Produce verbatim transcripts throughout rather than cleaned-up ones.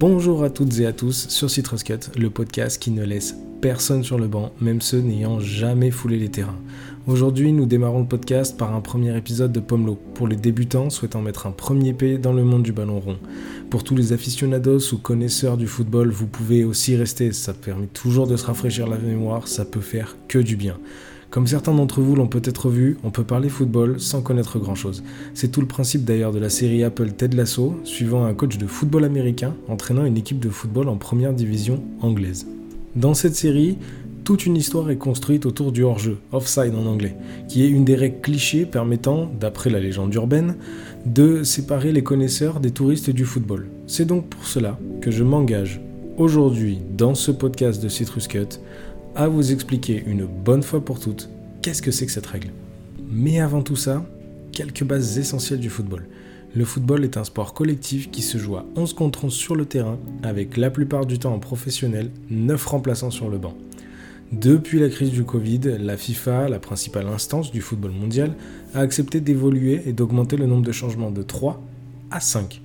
Bonjour à toutes et à tous sur Citrus Cut, le podcast qui ne laisse personne sur le banc, même ceux n'ayant jamais foulé les terrains. Aujourd'hui, nous démarrons le podcast par un premier épisode de Pomelo, pour les débutants souhaitant mettre un premier pied dans le monde du ballon rond. Pour tous les aficionados ou connaisseurs du football, vous pouvez aussi rester, ça permet toujours de se rafraîchir la mémoire, ça peut faire que du bien. Comme certains d'entre vous l'ont peut-être vu, on peut parler football sans connaître grand-chose. C'est tout le principe d'ailleurs de la série Apple Ted Lasso, suivant un coach de football américain entraînant une équipe de football en première division anglaise. Dans cette série, toute une histoire est construite autour du hors-jeu, offside en anglais, qui est une des règles clichés permettant, d'après la légende urbaine, de séparer les connaisseurs des touristes du football. C'est donc pour cela que je m'engage aujourd'hui, dans ce podcast de Citrus Cut, à vous expliquer une bonne fois pour toutes qu'est-ce que c'est que cette règle. Mais avant tout ça, quelques bases essentielles du football. Le football est un sport collectif qui se joue à onze contre onze sur le terrain, avec la plupart du temps en professionnel, neuf remplaçants sur le banc. Depuis la crise du Covid, la FIFA, la principale instance du football mondial, a accepté d'évoluer et d'augmenter le nombre de changements de trois à cinq.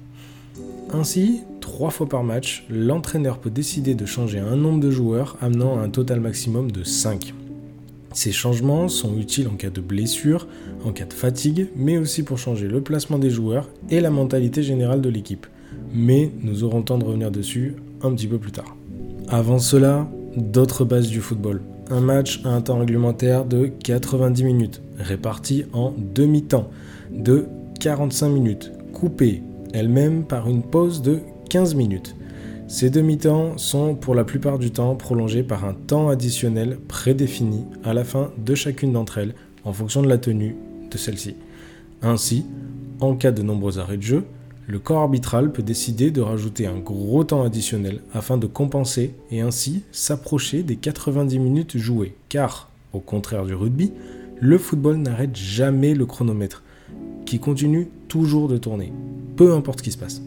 Ainsi, trois fois par match, l'entraîneur peut décider de changer un nombre de joueurs amenant à un total maximum de cinq. Ces changements sont utiles en cas de blessure, en cas de fatigue, mais aussi pour changer le placement des joueurs et la mentalité générale de l'équipe. Mais nous aurons le temps de revenir dessus un petit peu plus tard. Avant cela, d'autres bases du football. Un match a un temps réglementaire de quatre-vingt-dix minutes, réparti en demi-temps de quarante-cinq minutes, coupé elle-même par une pause de quinze minutes. Ces demi-temps sont pour la plupart du temps prolongés par un temps additionnel prédéfini à la fin de chacune d'entre elles en fonction de la tenue de celle-ci. Ainsi, en cas de nombreux arrêts de jeu, le corps arbitral peut décider de rajouter un gros temps additionnel afin de compenser et ainsi s'approcher des quatre-vingt-dix minutes jouées. Car, au contraire du rugby, le football n'arrête jamais le chronomètre, qui continue toujours de tourner, peu importe ce qui se passe.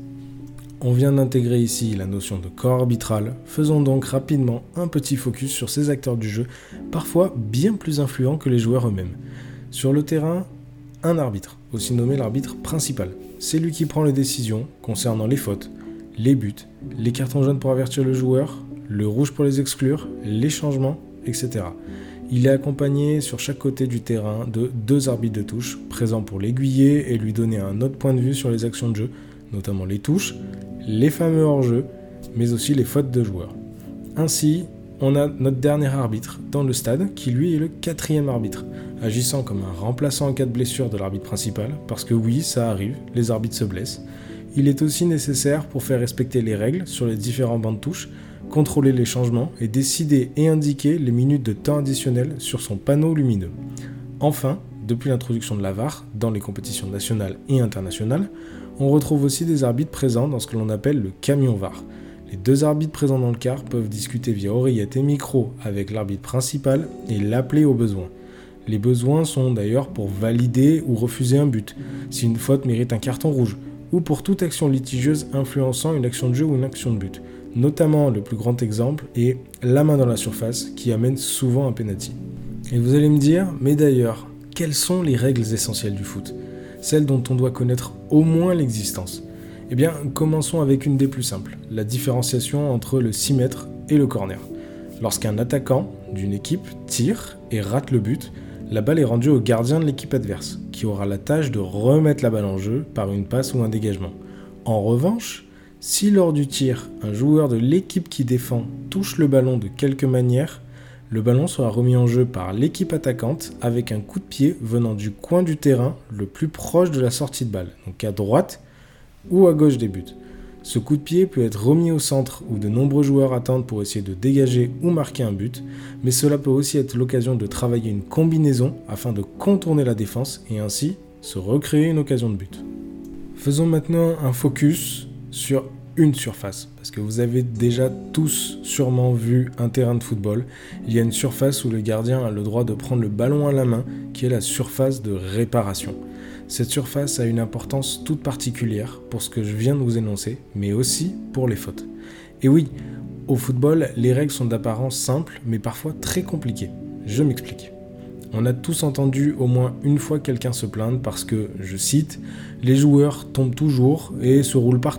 On vient d'intégrer ici la notion de corps arbitral, faisons donc rapidement un petit focus sur ces acteurs du jeu, parfois bien plus influents que les joueurs eux-mêmes. Sur le terrain, un arbitre, aussi nommé l'arbitre principal. C'est lui qui prend les décisions concernant les fautes, les buts, les cartons jaunes pour avertir le joueur, le rouge pour les exclure, les changements, et cetera. Il est accompagné sur chaque côté du terrain de deux arbitres de touche, présents pour l'aiguiller et lui donner un autre point de vue sur les actions de jeu, notamment les touches, les fameux hors-jeu, mais aussi les fautes de joueurs. Ainsi, on a notre dernier arbitre dans le stade, qui lui est le quatrième arbitre, agissant comme un remplaçant en cas de blessure de l'arbitre principal, parce que oui, ça arrive, les arbitres se blessent. Il est aussi nécessaire pour faire respecter les règles sur les différents bancs de touche, contrôler les changements et décider et indiquer les minutes de temps additionnel sur son panneau lumineux. Enfin, depuis l'introduction de la V A R dans les compétitions nationales et internationales, on retrouve aussi des arbitres présents dans ce que l'on appelle le camion V A R. Les deux arbitres présents dans le car peuvent discuter via oreillette et micro avec l'arbitre principal et l'appeler au besoin. Les besoins sont d'ailleurs pour valider ou refuser un but, si une faute mérite un carton rouge, ou pour toute action litigieuse influençant une action de jeu ou une action de but. Notamment, le plus grand exemple est la main dans la surface qui amène souvent un penalty. Et vous allez me dire, mais d'ailleurs, quelles sont les règles essentielles du foot ? Celles dont on doit connaître au moins l'existence. Eh bien, commençons avec une des plus simples, la différenciation entre le six mètres et le corner. Lorsqu'un attaquant d'une équipe tire et rate le but, la balle est rendue au gardien de l'équipe adverse, qui aura la tâche de remettre la balle en jeu par une passe ou un dégagement. En revanche, si lors du tir, un joueur de l'équipe qui défend touche le ballon de quelque manière, le ballon sera remis en jeu par l'équipe attaquante avec un coup de pied venant du coin du terrain le plus proche de la sortie de balle, donc à droite ou à gauche des buts. Ce coup de pied peut être remis au centre où de nombreux joueurs attendent pour essayer de dégager ou marquer un but, mais cela peut aussi être l'occasion de travailler une combinaison afin de contourner la défense et ainsi se recréer une occasion de but. Faisons maintenant un focus sur une surface, parce que vous avez déjà tous sûrement vu un terrain de football. Il y a une surface où le gardien a le droit de prendre le ballon à la main, qui est la surface de réparation. Cette surface a une importance toute particulière pour ce que je viens de vous énoncer, mais aussi pour les fautes. Et oui, au football, les règles sont d'apparence simples, mais parfois très compliquées. Je m'explique. On a tous entendu au moins une fois quelqu'un se plaindre parce que, je cite, « les joueurs tombent toujours et se roulent par terre »,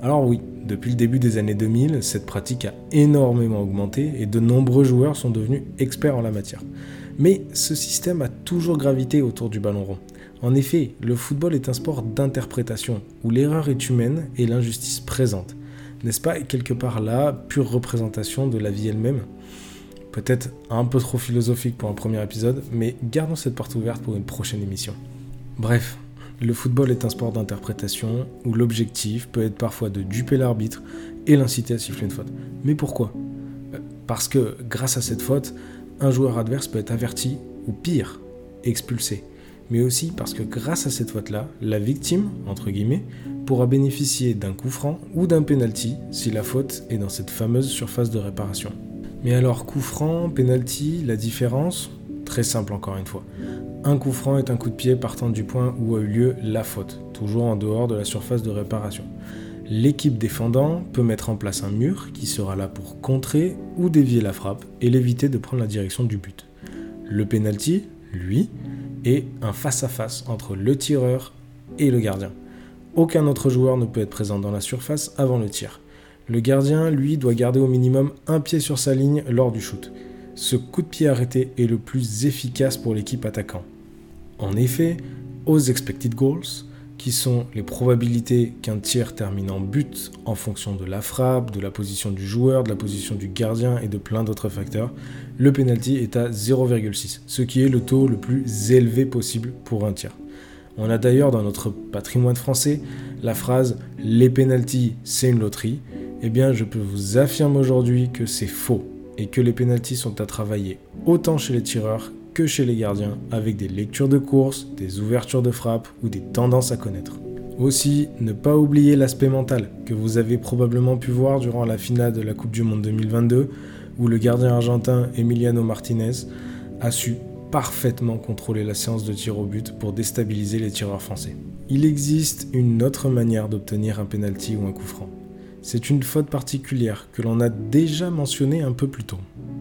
Alors oui, depuis le début des années deux mille, cette pratique a énormément augmenté et de nombreux joueurs sont devenus experts en la matière. Mais ce système a toujours gravité autour du ballon rond. En effet, le football est un sport d'interprétation, où l'erreur est humaine et l'injustice présente. N'est-ce pas quelque part la pure représentation de la vie elle-même ? Peut-être un peu trop philosophique pour un premier épisode, mais gardons cette porte ouverte pour une prochaine émission. Bref, le football est un sport d'interprétation où l'objectif peut être parfois de duper l'arbitre et l'inciter à siffler une faute. Mais pourquoi ? Parce que grâce à cette faute, un joueur adverse peut être averti ou pire, expulsé. Mais aussi parce que grâce à cette faute-là, la victime, entre guillemets, pourra bénéficier d'un coup franc ou d'un penalty si la faute est dans cette fameuse surface de réparation. Mais alors coup franc, penalty, la différence ? Très simple encore une fois. Un coup franc est un coup de pied partant du point où a eu lieu la faute, toujours en dehors de la surface de réparation. L'équipe défendant peut mettre en place un mur qui sera là pour contrer ou dévier la frappe et l'éviter de prendre la direction du but. Le penalty, lui, est un face-à-face entre le tireur et le gardien. Aucun autre joueur ne peut être présent dans la surface avant le tir. Le gardien, lui, doit garder au minimum un pied sur sa ligne lors du shoot. Ce coup de pied arrêté est le plus efficace pour l'équipe attaquant. En effet, aux expected goals, qui sont les probabilités qu'un tir termine en but en fonction de la frappe, de la position du joueur, de la position du gardien et de plein d'autres facteurs, le penalty est à zéro virgule six, ce qui est le taux le plus élevé possible pour un tir. On a d'ailleurs dans notre patrimoine français la phrase « les pénaltys, c'est une loterie ». Eh bien, je peux vous affirmer aujourd'hui que c'est faux et que les pénaltys sont à travailler autant chez les tireurs que chez les gardiens avec des lectures de course, des ouvertures de frappe ou des tendances à connaître. Aussi, ne pas oublier l'aspect mental que vous avez probablement pu voir durant la finale de la Coupe du Monde deux mille vingt-deux où le gardien argentin Emiliano Martinez a su parfaitement contrôler la séance de tir au but pour déstabiliser les tireurs français. Il existe une autre manière d'obtenir un penalty ou un coup franc. C'est une faute particulière que l'on a déjà mentionnée un peu plus tôt.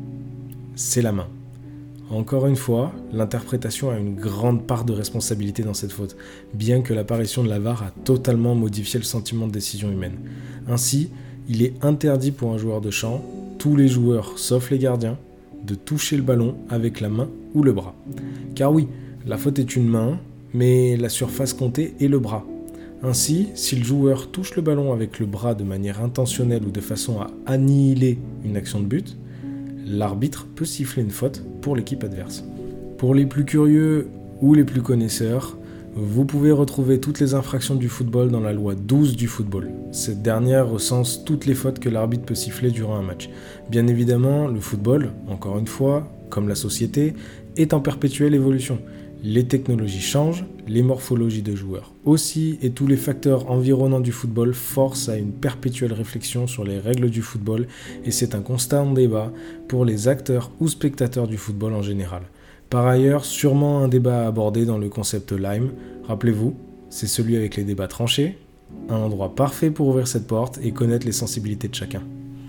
C'est la main. Encore une fois, l'interprétation a une grande part de responsabilité dans cette faute, bien que l'apparition de la V A R a totalement modifié le sentiment de décision humaine. Ainsi, il est interdit pour un joueur de champ, tous les joueurs sauf les gardiens, de toucher le ballon avec la main ou le bras. Car oui, la faute est une main, mais la surface comptée est le bras. Ainsi, si le joueur touche le ballon avec le bras de manière intentionnelle ou de façon à annihiler une action de but, l'arbitre peut siffler une faute pour l'équipe adverse. Pour les plus curieux ou les plus connaisseurs, vous pouvez retrouver toutes les infractions du football dans la loi douze du football. Cette dernière recense toutes les fautes que l'arbitre peut siffler durant un match. Bien évidemment, le football, encore une fois, comme la société, est en perpétuelle évolution. Les technologies changent, les morphologies de joueurs aussi, et tous les facteurs environnants du football forcent à une perpétuelle réflexion sur les règles du football, et c'est un constant débat pour les acteurs ou spectateurs du football en général. Par ailleurs, sûrement un débat à aborder dans le concept Lime. Rappelez-vous, c'est celui avec les débats tranchés, un endroit parfait pour ouvrir cette porte et connaître les sensibilités de chacun.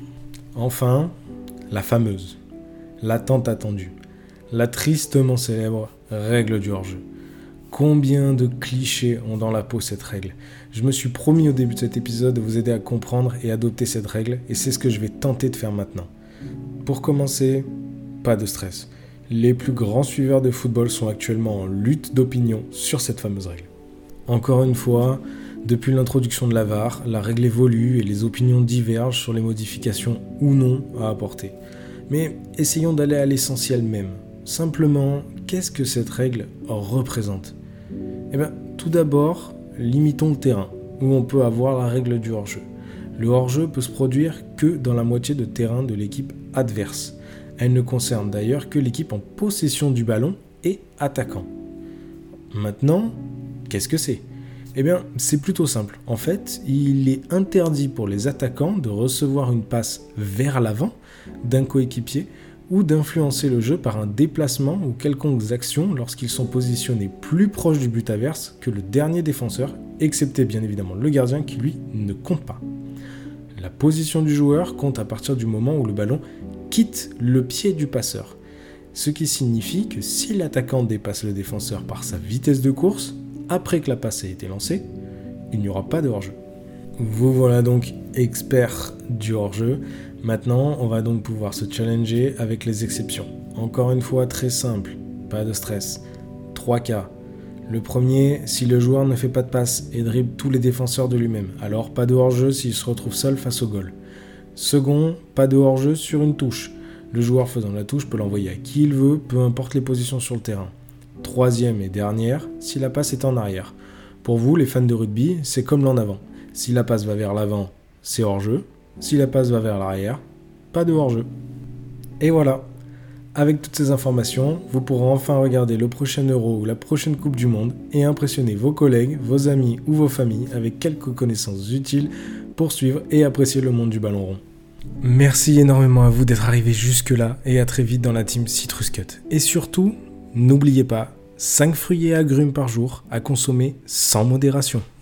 Enfin, la fameuse, la tant attendue, la tristement célèbre règle du hors-jeu. Combien de clichés ont dans la peau cette règle ? Je me suis promis au début de cet épisode de vous aider à comprendre et adopter cette règle, et c'est ce que je vais tenter de faire maintenant. Pour commencer, pas de stress. Les plus grands suiveurs de football sont actuellement en lutte d'opinion sur cette fameuse règle. Encore une fois, depuis l'introduction de la V A R, la règle évolue et les opinions divergent sur les modifications ou non à apporter. Mais essayons d'aller à l'essentiel même. Simplement, qu'est-ce que cette règle représente ? Eh bien, tout d'abord, limitons le terrain, où on peut avoir la règle du hors-jeu. Le hors-jeu peut se produire que dans la moitié de terrain de l'équipe adverse. Elle ne concerne d'ailleurs que l'équipe en possession du ballon et attaquant. Maintenant, qu'est-ce que c'est ? Eh bien, c'est plutôt simple. En fait, il est interdit pour les attaquants de recevoir une passe vers l'avant d'un coéquipier ou d'influencer le jeu par un déplacement ou quelconques actions lorsqu'ils sont positionnés plus proche du but adverse que le dernier défenseur, excepté bien évidemment le gardien qui lui ne compte pas. La position du joueur compte à partir du moment où le ballon quitte le pied du passeur, ce qui signifie que si l'attaquant dépasse le défenseur par sa vitesse de course, après que la passe ait été lancée, il n'y aura pas de hors-jeu. Vous voilà donc expert du hors-jeu. Maintenant, on va donc pouvoir se challenger avec les exceptions. Encore une fois, très simple, pas de stress. Trois cas. Le premier, si le joueur ne fait pas de passe et dribble tous les défenseurs de lui-même, alors pas de hors-jeu s'il se retrouve seul face au goal. Second, pas de hors-jeu sur une touche. Le joueur faisant la touche peut l'envoyer à qui il veut, peu importe les positions sur le terrain. Troisième et dernière, si la passe est en arrière. Pour vous, les fans de rugby, c'est comme l'en avant. Si la passe va vers l'avant, c'est hors-jeu. Si la passe va vers l'arrière, pas de hors-jeu. Et voilà. Avec toutes ces informations, vous pourrez enfin regarder le prochain Euro ou la prochaine Coupe du Monde et impressionner vos collègues, vos amis ou vos familles avec quelques connaissances utiles pour suivre et apprécier le monde du ballon rond. Merci énormément à vous d'être arrivés jusque-là et à très vite dans la team Citrus Cut. Et surtout, n'oubliez pas, cinq fruits et agrumes par jour à consommer sans modération.